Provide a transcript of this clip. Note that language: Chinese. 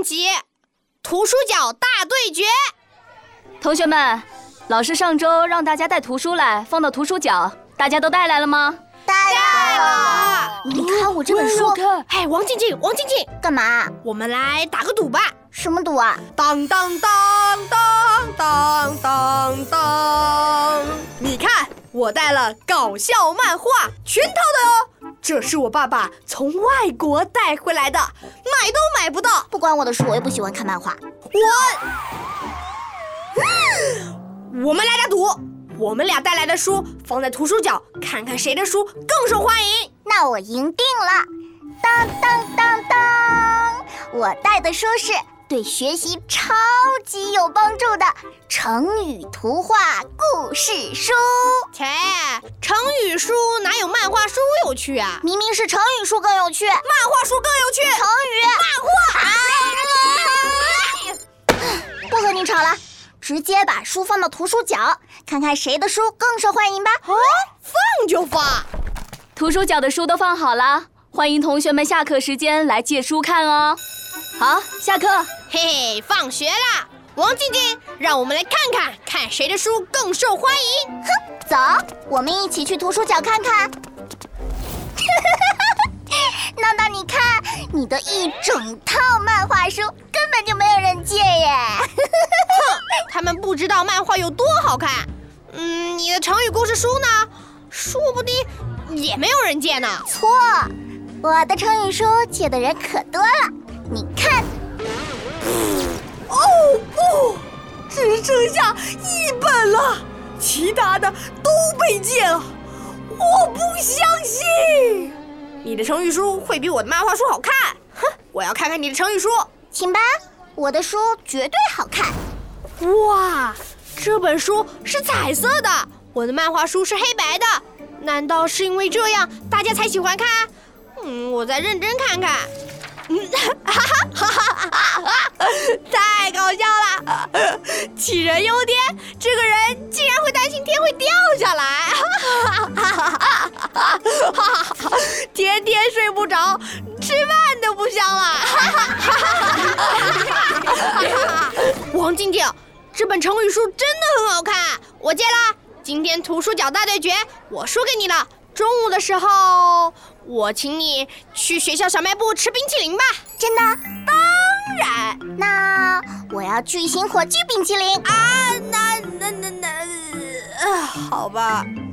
练起图书角大对决。 同学们，老师上周让大家带图书来，放到图书角，大家都带来了吗？ 带了。你看我这本书。 哎，王静静， 干嘛？ 我们来打个赌吧。 什么赌啊？ 当当当当当当当！你看，我带了搞笑漫画，全套的哦。这是我爸爸从外国带回来的，买都买不到。 不关我的事，我又不喜欢看漫画。 我们来打赌，我们俩带来的书放在图书角，看看谁的书更受欢迎。 那我赢定了！当当当当！我带的书是对学习超级有帮助的成语图画故事书。 切，成语书哪有漫画书有趣啊？ 明明是成语书更有趣， 漫画书更有趣。 成语漫画。不和你吵了，直接把书放到图书角，看看谁的书更受欢迎吧。 放就放。 图书角的书都放好了，欢迎同学们下课时间来借书看哦。好，下课。 嘿嘿，放学啦！王静静，让我们来看谁的书更受欢迎。 走，我们一起去图书角看看。闹闹，你看，你的一整套漫画书根本就没有人借耶。 他们不知道漫画有多好看。你的成语故事书呢？说不定也没有人借呢。 错，我的成语书借的人可多了。你看， 哦不，只剩下1本了，其他的都被借了。我不相信，你的成语书会比我的漫画书好看。哼，我要看看你的成语书。 请吧，我的书绝对好看。 哇，这本书是彩色的，我的漫画书是黑白的。难道是因为这样大家才喜欢看？我再认真看看。太搞笑了！杞人忧天，这个人竟然会担心天会掉下来，天天睡不着，吃饭都不香了。王静静，这本成语书真的很好看，我借啦。今天图书角大对决，我输给你了。中午的时候，我请你去学校小卖部吃冰淇淋吧。 真的？ 当然。 那我要巨型火炬冰淇淋啊，好吧。